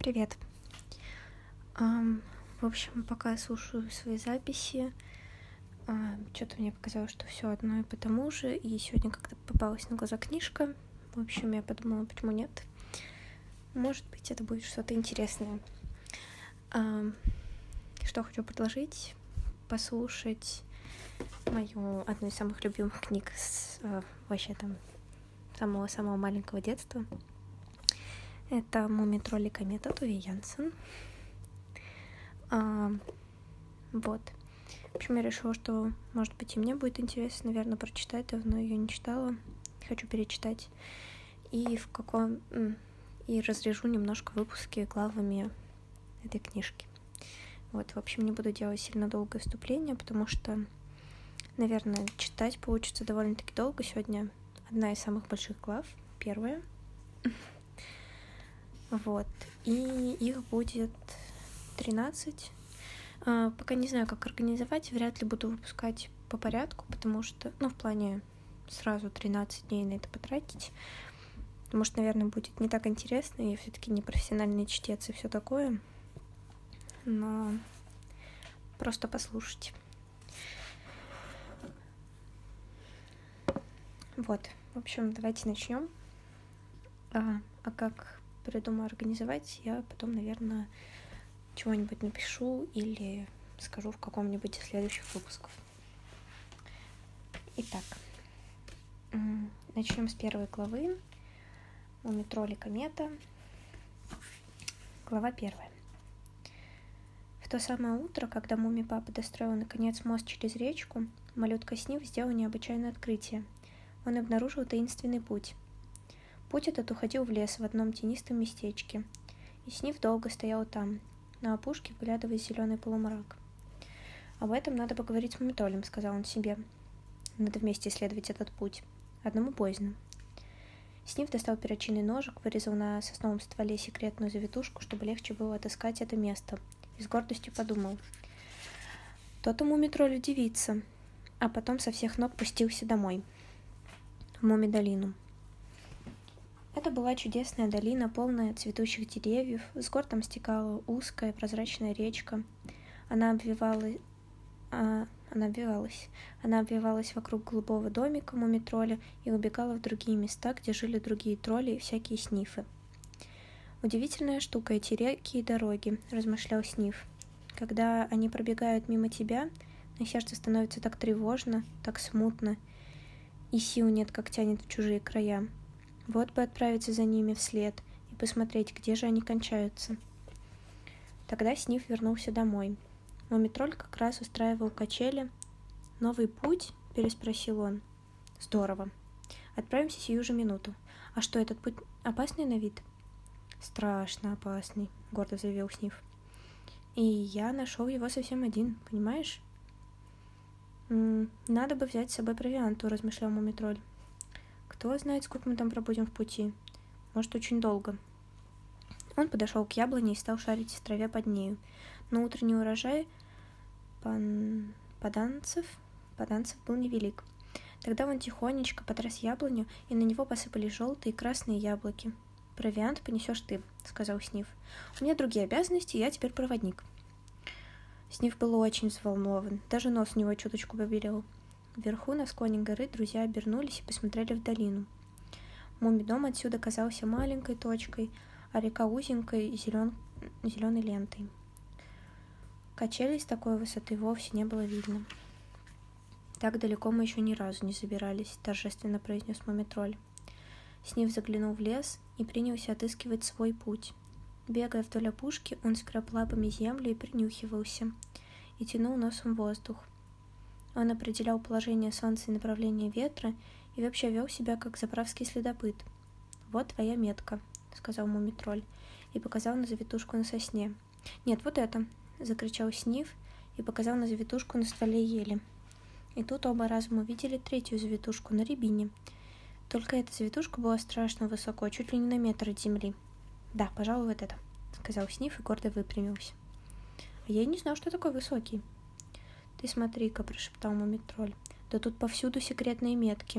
Привет. В общем, пока я слушаю свои записи, что-то мне показалось, что все одно и по тому же, и сегодня как-то попалась на глаза книжка. В общем, я подумала, почему нет. Может быть, это будет что-то интересное. Что хочу предложить? Послушать мою одну из самых любимых книг с вообще там самого-самого маленького детства. Это «Мумий-тролль и комета» Туве Янсен. Вот. В общем, я решила, что, может быть, и мне будет интересно, наверное, прочитать. Давно ее не читала. Хочу перечитать. И разрежу немножко выпуски главами этой книжки. Вот, в общем, не буду делать сильно долгое вступление, потому что, наверное, читать получится довольно-таки долго. Сегодня одна из самых больших глав, первая. Вот. И их будет 13. Пока не знаю, как организовать. Вряд ли буду выпускать по порядку, потому что, в плане сразу 13 дней на это потратить. Потому что, наверное, будет не так интересно. Я все-таки не профессиональный чтец и все такое. Но просто послушайте. Вот. В общем, давайте начнем. А как придумаю организовать, я потом, наверное, чего-нибудь напишу или скажу в каком-нибудь из следующих выпусков. Итак, начнем с первой главы. «Мумий-тролль и комета». Глава 1. В то самое утро, когда Мумий-папа достроил наконец мост через речку, малютка Сниф сделал необычайное открытие. Он обнаружил таинственный путь. Путь этот уходил в лес в одном тенистом местечке, и Сниф долго стоял там, на опушке, вглядываясь в зеленый полумрак. «Об этом надо поговорить с Мумий-троллем», — сказал он себе. «Надо вместе исследовать этот путь. Одному поздно». Сниф достал перочинный ножик, вырезал на сосновом стволе секретную завитушку, чтобы легче было отыскать это место, и с гордостью подумал: «То-то Мумий-тролль удивится», а потом со всех ног пустился домой, в Муми-долину. Это была чудесная долина, полная цветущих деревьев, с гор там стекала узкая прозрачная речка. Она обвивалась вокруг голубого домика Мумий-тролля и убегала в другие места, где жили другие тролли и всякие снифы. «Удивительная штука эти реки и дороги», — размышлял Сниф. «Когда они пробегают мимо тебя, на сердце становится так тревожно, так смутно, и сил нет, как тянет в чужие края. Вот бы отправиться за ними вслед и посмотреть, где же они кончаются». Тогда Сниф вернулся домой. Мумий-тролль как раз устраивал качели. «Новый путь?» — переспросил он. «Здорово. Отправимся сию же минуту. А что, этот путь опасный на вид?» «Страшно опасный», — гордо заявил Сниф. «И я нашел его совсем один, понимаешь?» «Надо бы взять с собой провианту», — размышлял Мумий-тролль. «Кто знает, сколько мы там пробудем в пути. Может, очень долго». Он подошел к яблоне и стал шарить в траве под нею. Но утренний урожай поданцев был невелик. Тогда он тихонечко потряс яблоню, и на него посыпались желтые и красные яблоки. «Провиант понесешь ты», — сказал Сниф. «У меня другие обязанности, я теперь проводник». Сниф был очень взволнован, даже нос у него чуточку побелел. Вверху, на склоне горы, друзья обернулись и посмотрели в долину. Мумий-дом отсюда казался маленькой точкой, а река узенькой зеленой лентой. Качелей с такой высоты вовсе не было видно. «Так далеко мы еще ни разу не забирались», — торжественно произнес Мумий-тролль. Сниф заглянул в лес и принялся отыскивать свой путь. Бегая вдоль опушки, он скреб лапами землю и принюхивался, и тянул носом воздух. Он определял положение солнца и направление ветра и вообще вел себя как заправский следопыт. «Вот твоя метка», — сказал Мумий-тролль и показал на завитушку на сосне. «Нет, вот это», — закричал Сниф и показал на завитушку на стволе ели. И тут оба разом увидели третью завитушку на рябине. Только эта завитушка была страшно высоко, чуть ли не на метр от земли. «Да, пожалуй, вот это», — сказал Сниф и гордо выпрямился. «А я и не знал, что такой высокий». «Ты смотри-ка», — прошептал Мумий-тролль, — «да тут повсюду секретные метки.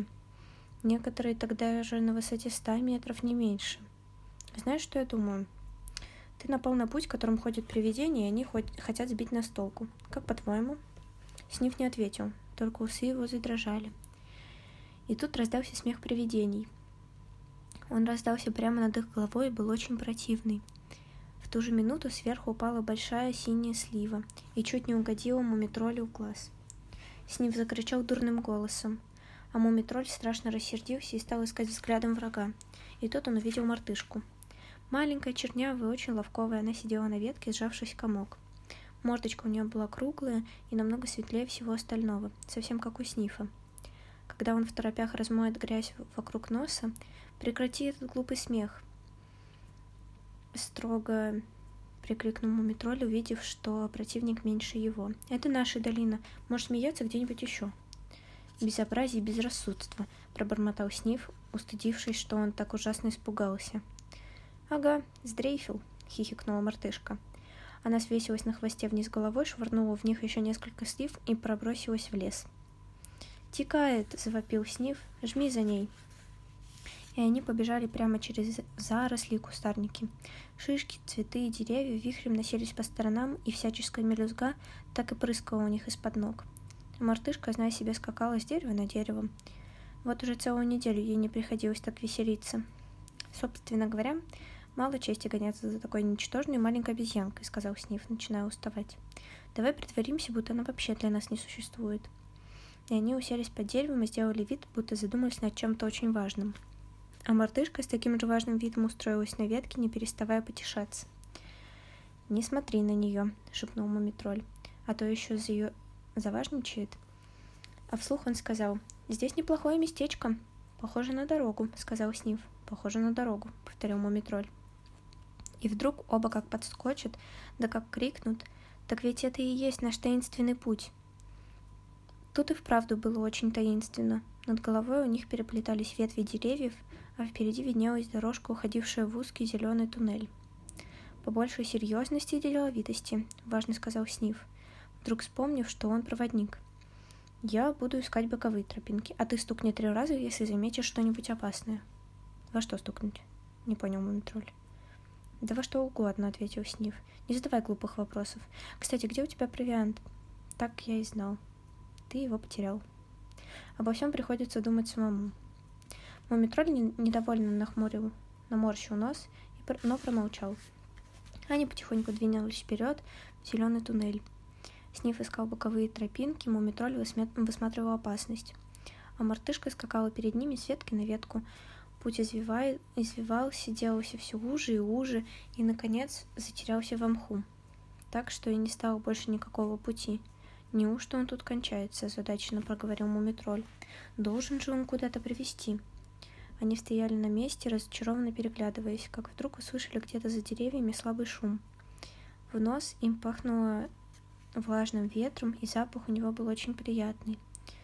Некоторые тогда же на высоте 100 метров, не меньше. Знаешь, что я думаю? Ты напал на путь, которым ходят привидения, и они хотят сбить нас с толку. Как по-твоему?» Сниф не ответил, только усы его задрожали. И тут раздался смех привидений. Он раздался прямо над их головой и был очень противный. В ту же минуту сверху упала большая синяя слива и чуть не угодила Мумитролю в глаз. Сниф закричал дурным голосом, а Мумитроль страшно рассердился и стал искать взглядом врага. И тут он увидел мартышку. Маленькая, чернявая, очень ловковая, она сидела на ветке, сжавшись в комок. Мордочка у нее была круглая и намного светлее всего остального, совсем как у Снифа. Когда он в торопях размоет грязь вокруг носа, прекрати этот глупый смех. Строго прикрикнул Мумитроль, увидев, что противник меньше его. «Это наша долина. Может смеяться где-нибудь еще». «Безобразие и безрассудство», — пробормотал Сниф, устыдившись, что он так ужасно испугался. «Ага, сдрейфил», — хихикнула мартышка. Она свесилась на хвосте вниз головой, швырнула в них еще несколько слив и пробросилась в лес. «Текает!» — завопил Сниф. «Жми за ней!» И они побежали прямо через заросли и кустарники. Шишки, цветы и деревья вихрем носились по сторонам, и всяческая мелюзга так и прыскала у них из-под ног. Мартышка, зная себя, скакала с дерева на дерево. Вот уже целую неделю ей не приходилось так веселиться. «Собственно говоря, мало чести гоняться за такой ничтожной маленькой обезьянкой», — сказал Сниф, начиная уставать. «Давай притворимся, будто она вообще для нас не существует». И они уселись под деревом и сделали вид, будто задумались над чем-то очень важным. А мартышка с таким же важным видом устроилась на ветке, не переставая потешаться. «Не смотри на нее», — шепнул Мумитроль, — «а то еще заважничает». А вслух он сказал: «Здесь неплохое местечко. Похоже на дорогу», — сказал Сниф. «Похоже на дорогу», — повторил Мумитроль. И вдруг оба как подскочат, да как крикнут: «Так ведь это и есть наш таинственный путь!» Тут и вправду было очень таинственно. Над головой у них переплетались ветви деревьев, а впереди виднелась дорожка, уходившая в узкий зеленый туннель. «По большей серьезности и деловитости», — важно сказал Сниф, вдруг вспомнив, что он проводник. «Я буду искать боковые тропинки, а ты стукни 3 раза, если заметишь что-нибудь опасное». «Во что стукнуть?» — не понял Мумитроль. «Да во что угодно», — ответил Сниф. «Не задавай глупых вопросов. Кстати, где у тебя провиант?» «Так я и знал. Ты его потерял. Обо всем приходится думать самому». Мумитроль недовольно наморщил нос, но промолчал. Они потихоньку двинулись вперед в зеленый туннель. Сниф искал боковые тропинки, Мумитроль высматривал опасность. А мартышка скакала перед ними с ветки на ветку. Путь извивался, делался все уже и уже, и, наконец, затерялся во мху. Так что и не стало больше никакого пути. «Неужто он тут кончается?» – озадаченно проговорил Мумитроль. «Должен же он куда-то привести». Они стояли на месте, разочарованно переглядываясь, как вдруг услышали где-то за деревьями слабый шум. В нос им пахнуло влажным ветром, и запах у него был очень приятный.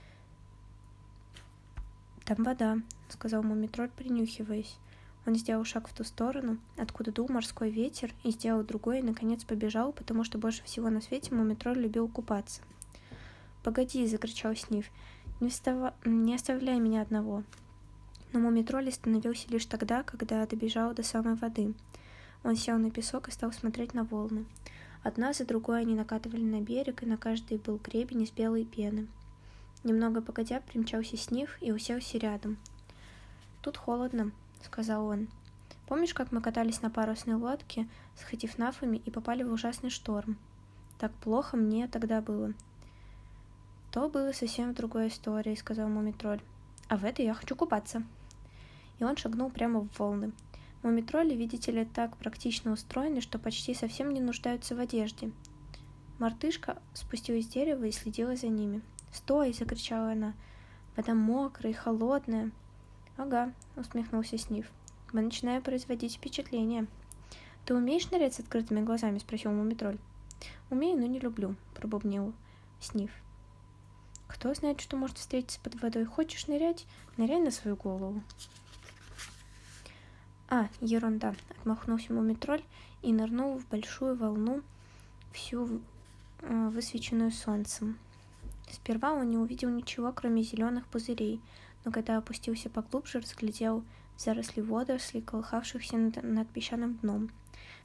«Там вода», — сказал Мумитроль, принюхиваясь. Он сделал шаг в ту сторону, откуда дул морской ветер, и сделал другой, и, наконец, побежал, потому что больше всего на свете Мумитроль любил купаться. «Погоди!» — закричал Сниф. «Не оставляй меня одного!» Но Мумитроль остановился лишь тогда, когда добежал до самой воды. Он сел на песок и стал смотреть на волны. Одна за другой они накатывали на берег, и на каждой был гребень из белой пены. Немного погодя примчался Сниф и уселся рядом. «Тут холодно», — сказал он. «Помнишь, как мы катались на парусной лодке с хатифнафами и попали в ужасный шторм? Так плохо мне тогда было». «То было совсем в другой истории», — сказал Мумитроль. «А в этой я хочу купаться». И он шагнул прямо в волны. Мумитроли, видите ли, так практично устроены, что почти совсем не нуждаются в одежде. Мартышка спустилась с дерева и следила за ними. «Стой!» — закричала она. «Вода мокрая и холодная». «Ага», — усмехнулся Сниф. «Мы начинаем производить впечатление». «Ты умеешь нырять с открытыми глазами?» — спросил Мумитроль. «Умею, но не люблю», — пробубнил Сниф. «Кто знает, что может встретиться под водой? Хочешь нырять? Ныряй на свою голову». «А, ерунда», — отмахнулся Мумитроль и нырнул в большую волну, всю высвеченную солнцем. Сперва он не увидел ничего, кроме зеленых пузырей, но когда опустился поглубже, разглядел заросли водорослей, колыхавшихся над песчаным дном.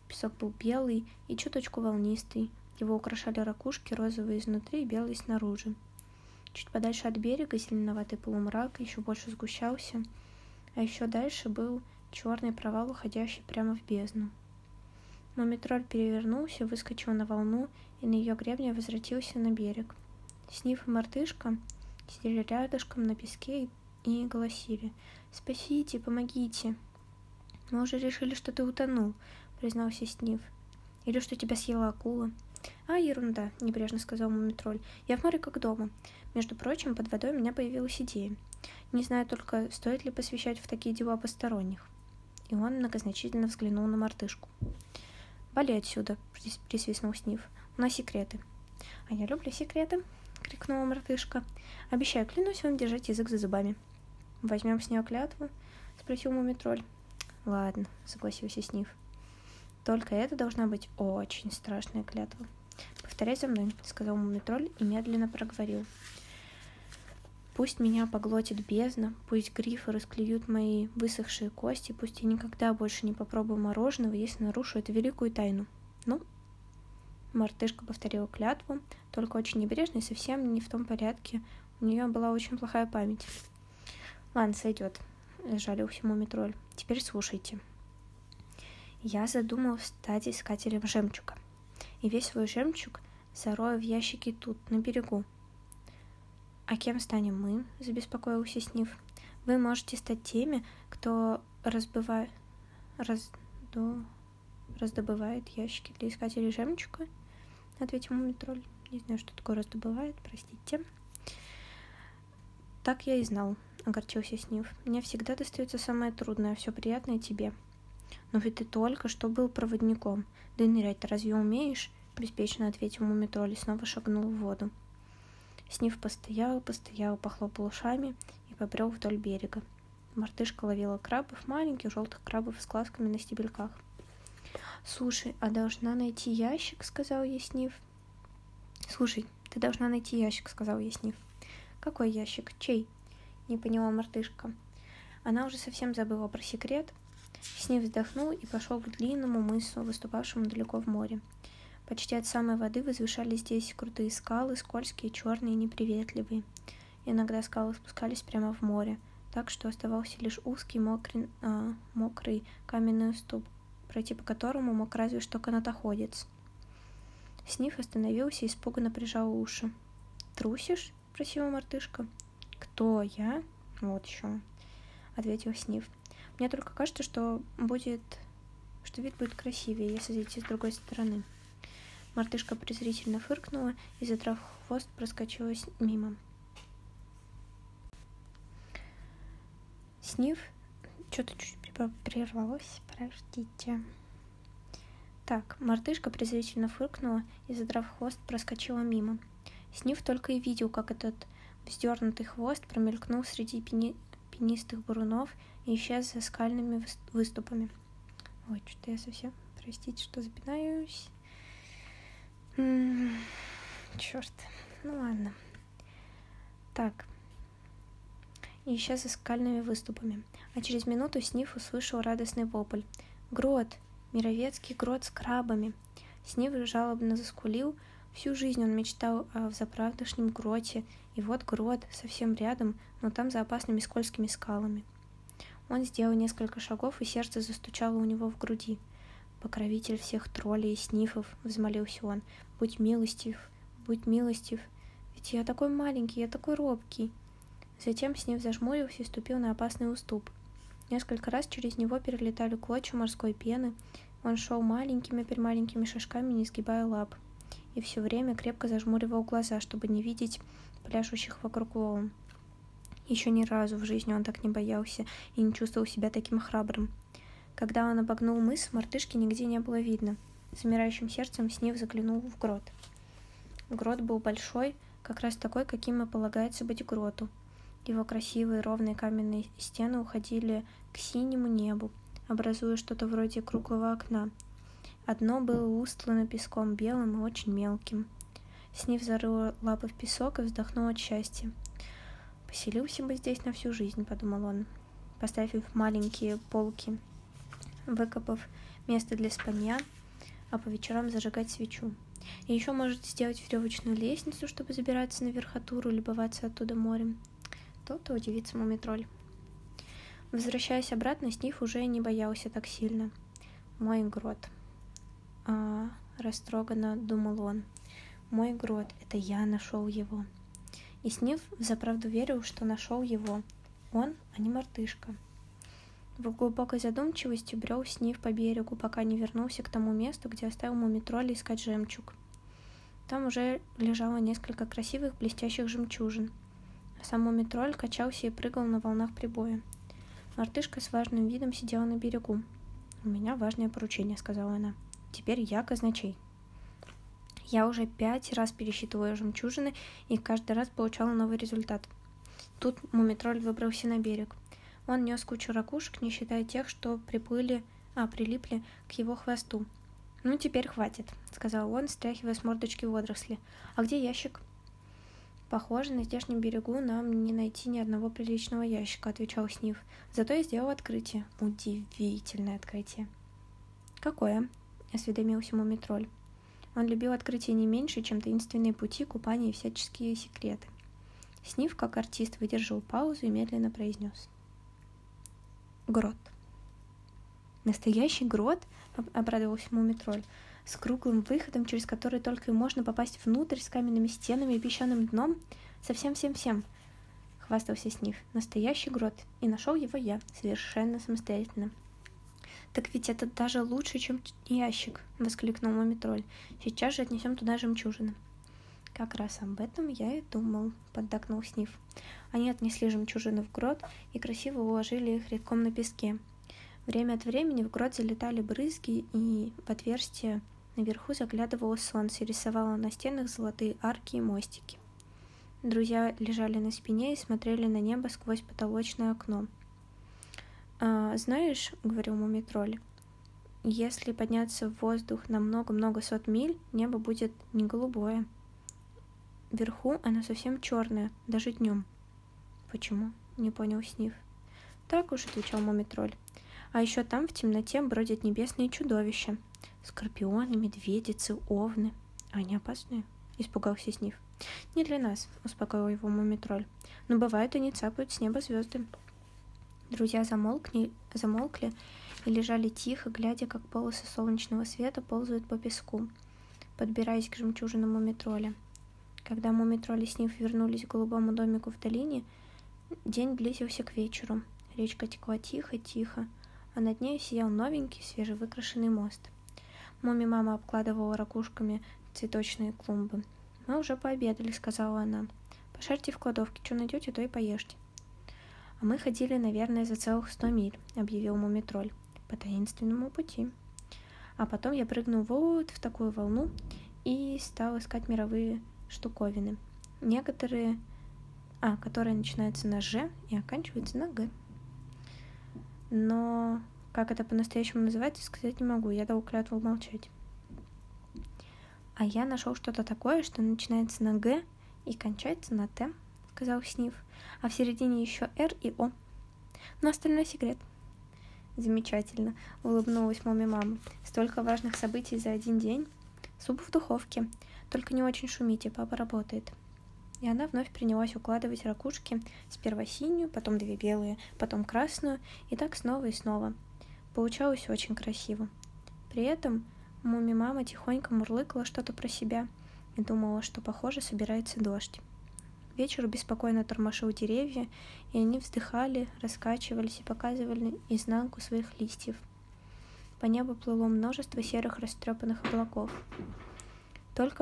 Песок был белый и чуточку волнистый. Его украшали ракушки, розовые изнутри и белые снаружи. Чуть подальше от берега зеленоватый полумрак еще больше сгущался, а еще дальше был черный провал, уходящий прямо в бездну. Мумитроль перевернулся, выскочил на волну и на ее гребне возвратился на берег. Сниф и Мартышка сидели рядышком на песке и голосили: «Спасите, помогите!» «Мы уже решили, что ты утонул», — признался Сниф. «Или что тебя съела акула». «А, ерунда», — небрежно сказал Мумитроль. «Я в море как дома. Между прочим, под водой у меня появилась идея. Не знаю только, стоит ли посвящать в такие дела посторонних». И он многозначительно взглянул на Мартышку. «Вали отсюда», — присвистнул Сниф. «У нас секреты». «А я люблю секреты», — крикнула Мартышка. «Обещаю, клянусь вам держать язык за зубами». «Возьмем с нее клятву?» — спросил Мумитроль. «Ладно», — согласился Сниф. «Только это должна быть очень страшная клятва». «Повторяй за мной», — сказал Мумитроль и медленно проговорил. «Пусть меня поглотит бездна, пусть грифы расклюют мои высохшие кости, пусть я никогда больше не попробую мороженого, если нарушу эту великую тайну». «Ну?» Мартышка повторила клятву, только очень небрежно и совсем не в том порядке. У нее была очень плохая память. «Ладно, сойдет», — жалился Мумитроль. «Теперь слушайте. Я задумал стать искателем жемчуга, и весь свой жемчуг зарою в ящике тут, на берегу». «А кем станем мы?» — забеспокоился Сниф. «Вы можете стать теми, кто раздобывает ящики для искателей жемчуга», — ответил Мумитроль. «Не знаю, что такое раздобывает, простите». «Так я и знал», — огорчился Сниф. «Мне всегда достается самое трудное, а все приятное тебе». «Но ведь ты только что был проводником. Да и нырять-то разве умеешь?» — беспечно ответил Мумитроль и снова шагнул в воду. Сниф постоял, похлопал ушами и побрел вдоль берега. Мартышка ловила крабов, маленьких желтых крабов с глазками на стебельках. «Слушай, а должна найти ящик?» — сказал ей Сниф. «Слушай, ты должна найти ящик», — сказал ей Сниф. «Какой ящик? Чей?» — не поняла Мартышка. Она уже совсем забыла про секрет. Сниф вздохнул и пошел к длинному мысу, выступавшему далеко в море. Почти от самой воды возвышались здесь крутые скалы, скользкие, черные и неприветливые. Иногда скалы спускались прямо в море, так что оставался лишь узкий мокрый каменный уступ, пройти по которому мог разве что канатоходец. Сниф остановился и испуганно прижал уши. «Трусишь?» — спросила Мартышка. «Кто, я?» «Вот еще», — ответил Сниф. «Мне только кажется, что вид будет красивее, если зайти с другой стороны». Мартышка презрительно фыркнула и, задрав хвост, проскочила мимо. Сниф... Что-то чуть прервалось, простите. Так, Мартышка презрительно фыркнула и, задрав хвост, проскочила мимо. Сниф только и видел, как этот вздернутый хвост промелькнул среди пенистых бурунов и исчез за скальными выступами. Ой, что-то я совсем... Простите, что запинаюсь. Черт. Ну ладно. Так. И исчез за скальными выступами. А через минуту Сниф услышал радостный вопль. «Грот! Мировецкий грот с крабами!» Сниф жалобно заскулил. Всю жизнь он мечтал о взаправдошнем гроте, и вот грот совсем рядом, но там за опасными скользкими скалами. Он сделал несколько шагов, и сердце застучало у него в груди. «Покровитель всех троллей и снифов», — взмолился он, — будь милостив, ведь я такой маленький, я такой робкий». Затем Сниф зажмурился и ступил на опасный уступ. Несколько раз через него перелетали клочья морской пены. Он шел маленькими шажками, не сгибая лап, и все время крепко зажмуривал глаза, чтобы не видеть пляшущих вокруг волн. Еще ни разу в жизни он так не боялся и не чувствовал себя таким храбрым. Когда он обогнул мыс, Мартышки нигде не было видно. Замирающим сердцем Сниф заглянул в грот. Грот был большой, как раз такой, каким и полагается быть гроту. Его красивые ровные каменные стены уходили к синему небу, образуя что-то вроде круглого окна. Одно было устлано песком белым и очень мелким. Сниф зарыл лапы в песок и вздохнул от счастья. «Поселился бы здесь на всю жизнь», — подумал он, поставив маленькие полки, выкопав место для спанья, а по вечерам зажигать свечу. И еще может сделать веревочную лестницу, чтобы забираться на верхотуру и любоваться оттуда морем. То-то удивится Мумитроль. Возвращаясь обратно, Сниф уже не боялся так сильно. «Мой грот», растроганно думал он. «Мой грот, это я нашел его». И Сниф взаправду верил, что нашел его. Он, а не мартышка. В глубокой задумчивости брел Сниф по берегу, пока не вернулся к тому месту, где оставил Мумитроля искать жемчуг. Там уже лежало несколько красивых блестящих жемчужин. А сам Мумитроль качался и прыгал на волнах прибоя. Мартышка с важным видом сидела на берегу. «У меня важное поручение», — сказала она. «Теперь я казначей. Я уже 5 раз пересчитывала жемчужины и каждый раз получала новый результат». Тут Мумитроль выбрался на берег. Он нес кучу ракушек, не считая тех, что прилипли к его хвосту. «Ну, теперь хватит», — сказал он, стряхивая с мордочки водоросли. «А где ящик?» «Похоже, на здешнем берегу нам не найти ни одного приличного ящика», — отвечал Сниф. «Зато я сделал открытие. Удивительное открытие». «Какое?» — осведомился Мумитроль. Он любил открытия не меньше, чем таинственные пути, купания и всяческие секреты. Сниф, как артист, выдержал паузу и медленно произнес: «Грот». «Настоящий грот?» — обрадовался Мумитроль. «С круглым выходом, через который только и можно попасть внутрь, с каменными стенами и песчаным дном? Совсем-всем-всем!» — хвастался Сниф. «Настоящий грот. И нашел его я, совершенно самостоятельно». «Так ведь это даже лучше, чем ящик!» — воскликнул Мумитроль. «Сейчас же отнесем туда жемчужины». «Как раз об этом я и думал», — поддакнул Сниф. Они отнесли жемчужины в грот и красиво уложили их редком на песке. Время от времени в грот залетали брызги, и в отверстие наверху заглядывало солнце и рисовало на стенах золотые арки и мостики. Друзья лежали на спине и смотрели на небо сквозь потолочное окно. «Знаешь, — говорил Мумитроль, — если подняться в воздух на много-много сот миль, небо будет не голубое. Вверху оно совсем черное, даже днем». «Почему?» — не понял Сниф. «Так уж, — отвечал Мумитроль. А еще там в темноте бродят небесные чудовища. Скорпионы, медведицы, овны. Они опасные?» — испугался Сниф. «Не для нас», — успокоил его Мумитроль. «Но бывает, они цапают с неба звезды». Друзья замолкли и лежали тихо, глядя, как полосы солнечного света ползают по песку, подбираясь к жемчужинам Мумитроля. Когда Мумитроль и Сниф вернулись к голубому домику в долине, день близился к вечеру. Речка текла тихо-тихо, а над ней сиял новенький, свежевыкрашенный мост. Муми-мама обкладывала ракушками цветочные клумбы. «Мы уже пообедали», — сказала она. «Пошарьте в кладовке, что найдете, то и поешьте». «А мы ходили, наверное, за целых 100 миль», — объявил Мумитроль, — «по таинственному пути. А потом я прыгнул вот в такую волну и стал искать мировые штуковины. Некоторые, которые начинаются на «Ж» и оканчиваются на «Г». Но как это по-настоящему называется, сказать не могу, я дал клятву молчать. «А я нашел что-то такое, что начинается на «Г» и кончается на «Т», — сказал Сниф, «а в середине еще «Р» и «О». Но остальной секрет». «Замечательно», — улыбнулась Муми-мама. «Столько важных событий за один день. Суп в духовке. Только не очень шумите, папа работает». И она вновь принялась укладывать ракушки, сперва синюю, потом 2 белые, потом красную, и так снова и снова. Получалось очень красиво. При этом Муми-мама тихонько мурлыкала что-то про себя и думала, что, похоже, собирается дождь. Вечер беспокойно тормошил деревья, и они вздыхали, раскачивались и показывали изнанку своих листьев. По небу плыло множество серых растрепанных облаков. Только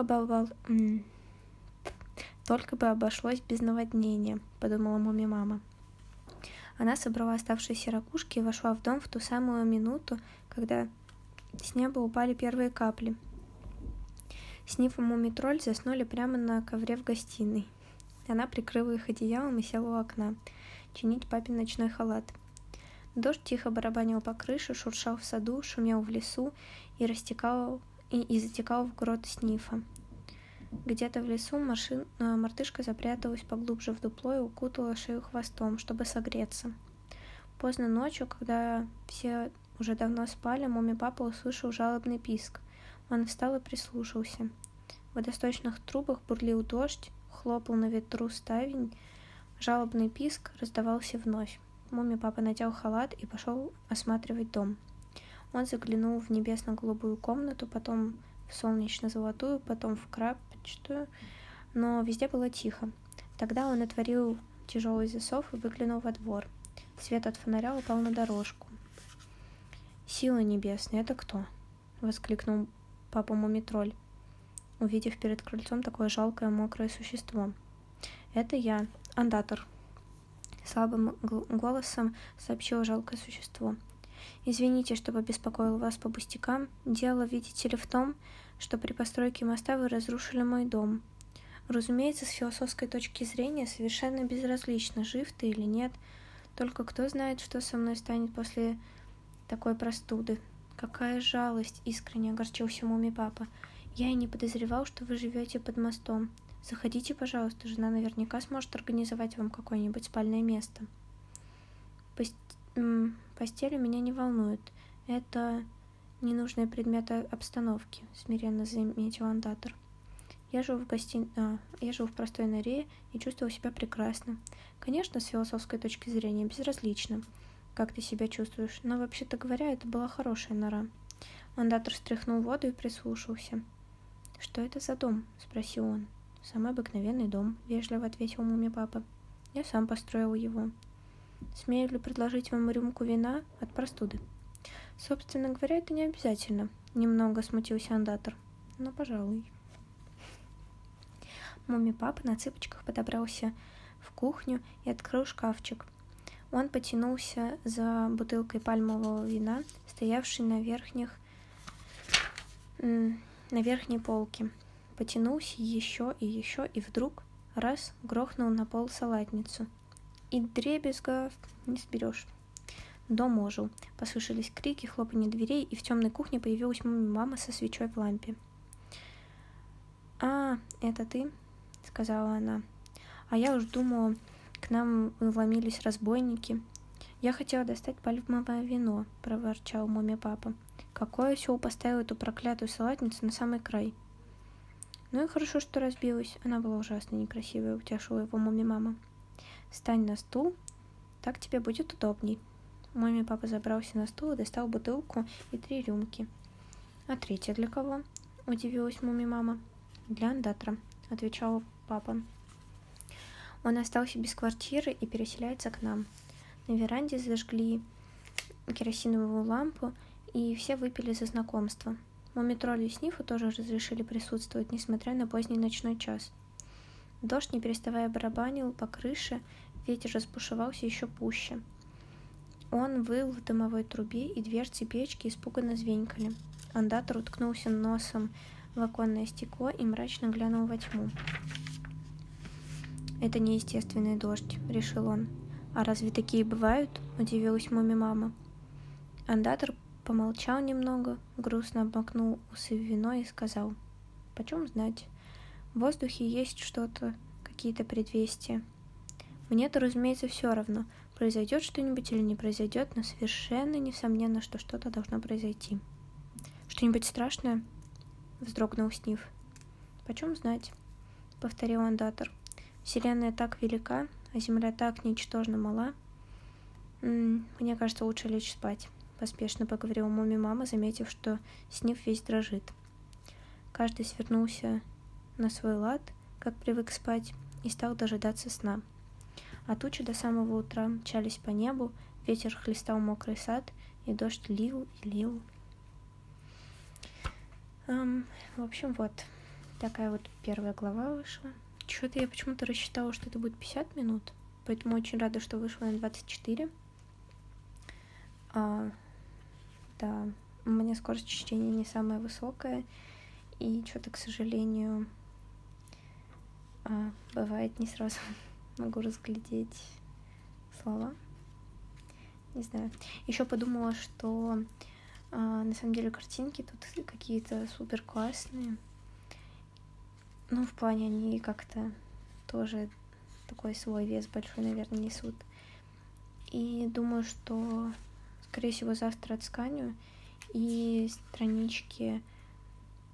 бы обошлось без наводнения, подумала Муми-мама. Она собрала оставшиеся ракушки и вошла в дом в ту самую минуту, когда с неба упали первые капли. Сниф и Мумитроль заснули прямо на ковре в гостиной. Она прикрыла их одеялом и села у окна, чинить папин ночной халат. Дождь тихо барабанил по крыше, шуршал в саду, шумел в лесу и затекал в грот Снифа. Где-то в лесу мартышка запряталась поглубже в дупло и укутала шею хвостом, чтобы согреться. Поздно ночью, когда все уже давно спали, Муми-папа услышал жалобный писк. Он встал и прислушался. В водосточных трубах бурлил дождь, хлопал на ветру ставень, жалобный писк раздавался вновь. Муми-папа надел халат и пошел осматривать дом. Он заглянул в небесно-голубую комнату, потом в солнечно-золотую, потом в крапчатую, но везде было тихо. Тогда он отворил тяжелый засов и выглянул во двор. Свет от фонаря упал на дорожку. «Сила небесная, это кто?» — воскликнул папа Мумитроль, увидев перед крыльцом такое жалкое мокрое существо. «Это я, Андатор», — слабым голосом сообщило жалкое существо. «Извините, что побеспокоил вас по пустякам. Дело, видите ли, в том, что при постройке моста вы разрушили мой дом. Разумеется, с философской точки зрения совершенно безразлично, жив ты или нет. Только кто знает, что со мной станет после такой простуды. Какая жалость!» — искренне огорчился Муми-папа. «Я и не подозревал, что вы живете под мостом. Заходите, пожалуйста, жена наверняка сможет организовать вам какое-нибудь спальное место». «Постель меня не волнует. Это ненужные предметы обстановки», — смиренно заметил Андатор. Я живу в простой норе и чувствовал себя прекрасно. Конечно, с философской точки зрения безразлично, как ты себя чувствуешь, но, вообще-то говоря, это была хорошая нора». Андатор стряхнул воду и прислушался. «Что это за дом?» — спросил он. «Самый обыкновенный дом», — вежливо ответил Муми-папа. «Я сам построил его. Смею ли предложить вам рюмку вина от простуды?» «Собственно говоря, это не обязательно», — немного смутился Андатор. «Но, пожалуй». Муми-папа на цыпочках подобрался в кухню и открыл шкафчик. Он потянулся за бутылкой пальмового вина, стоявшей на верхней полке. Потянулся еще, и вдруг раз грохнул на пол салатницу. И дребезга не сберешь. Дом ожил. Послышались крики, хлопанье дверей, и в темной кухне появилась Муми-мама со свечой в лампе. «А, это ты?» — сказала она. «А я уж думала, к нам вломились разбойники. Я хотела достать пальмовое вино», — проворчал Муми-папа. «Какой осел поставил эту проклятую салатницу на самый край?» «Ну и хорошо, что разбилась. Она была ужасно некрасивая», — утешила его Муми-мама. «Встань на стул, так тебе будет удобней». Муми-папа забрался на стул и достал бутылку и 3 рюмки. «А третья для кого?» — удивилась Муми-мама. «Для Андатора», — отвечал папа. «Он остался без квартиры и переселяется к нам». На веранде зажгли керосиновую лампу, и все выпили за знакомство. Муми-троллю и Снифу тоже разрешили присутствовать, несмотря на поздний ночной час. Дождь, не переставая, барабанил по крыше, ветер разбушевался еще пуще. Он выл в дымовой трубе, и дверцы печки испуганно звенькали. Андатор уткнулся носом в оконное стекло и мрачно глянул во тьму. «Это неестественный дождь», — решил он. «А разве такие бывают?» — удивилась Муми-мама. Андатор помолчал немного, грустно обмакнул усы в вино и сказал: «Почем знать? В воздухе есть что-то, какие-то предвестия. Мне-то, разумеется, все равно, произойдет что-нибудь или не произойдет, но совершенно несомненно, что что-то должно произойти». «Что-нибудь страшное?» — вздрогнул Сниф. «Почем знать?» — повторил Андатор. «Вселенная так велика, а Земля так ничтожно мала. Мне кажется, лучше лечь спать», — поспешно поговорила Муми-мама, заметив, что Сниф весь дрожит. Каждый свернулся на свой лад, как привык спать, и стал дожидаться сна. А тучи до самого утра мчались по небу, ветер хлестал мокрый сад, и дождь лил и лил. В общем, вот такая вот первая глава вышла. Что-то я почему-то рассчитала, что это будет 50 минут, поэтому очень рада, что вышло на 24. Да, у меня скорость чтения не самая высокая, и что-то, к сожалению, бывает не сразу могу разглядеть слова. Не знаю. Еще подумала, что на самом деле картинки тут какие-то супер классные. Ну, в плане они как-то тоже такой свой вес большой, наверное, несут. И думаю, что, скорее всего, завтра отсканю и странички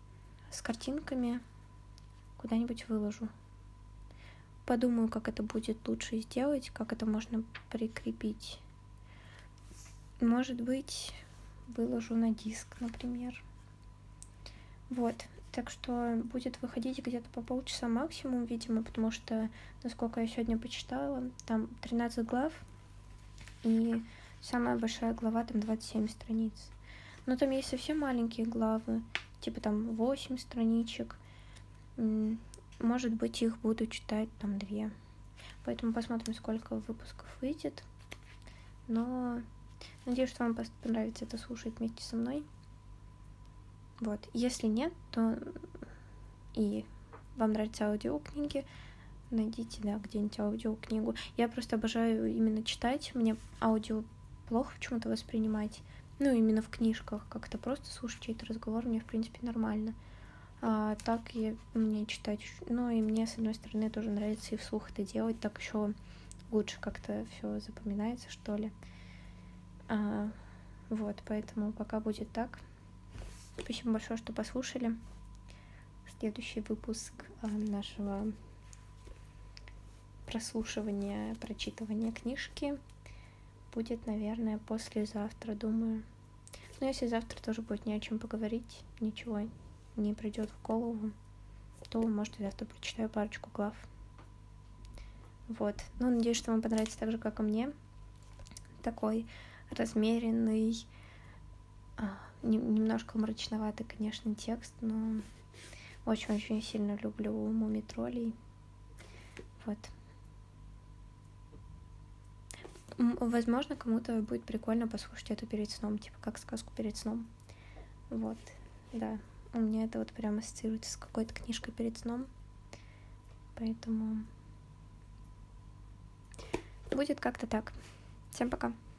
с картинками куда-нибудь выложу. Подумаю, как это будет лучше сделать, как это можно прикрепить. Может быть, выложу на диск, например. Вот. Так что будет выходить где-то по полчаса максимум, видимо, потому что, насколько я сегодня почитала, там 13 глав, и самая большая глава там 27 страниц. Но там есть совсем маленькие главы, типа там 8 страничек. Может быть, их буду читать там 2. Поэтому посмотрим, сколько выпусков выйдет. Но надеюсь, что вам понравится это слушать вместе со мной. Вот. Если нет, то и вам нравятся аудиокниги, найдите, да, где-нибудь аудиокнигу. Я просто обожаю именно читать. Мне аудио плохо почему-то воспринимать. Ну, именно в книжках. Как-то просто слушать чей-то разговор мне, в принципе, нормально. А так мне читать... Ну, и мне, с одной стороны, тоже нравится и вслух это делать. Так еще лучше как-то все запоминается, что ли. Вот, поэтому пока будет так. Спасибо большое, что послушали. Следующий выпуск нашего прослушивания, прочитывания книжки будет, наверное, послезавтра, думаю. Но если завтра тоже будет не о чем поговорить, ничего не придет в голову, то, может, завтра прочитаю парочку глав. Вот. Ну, надеюсь, что вам понравится так же, как и мне. Такой размеренный, немножко мрачноватый, конечно, текст, но очень-очень сильно люблю мумий-троллей. Вот. Возможно, кому-то будет прикольно послушать это перед сном, типа как сказку перед сном. Вот, да. У меня это вот прям ассоциируется с какой-то книжкой перед сном. Поэтому будет как-то так. Всем пока.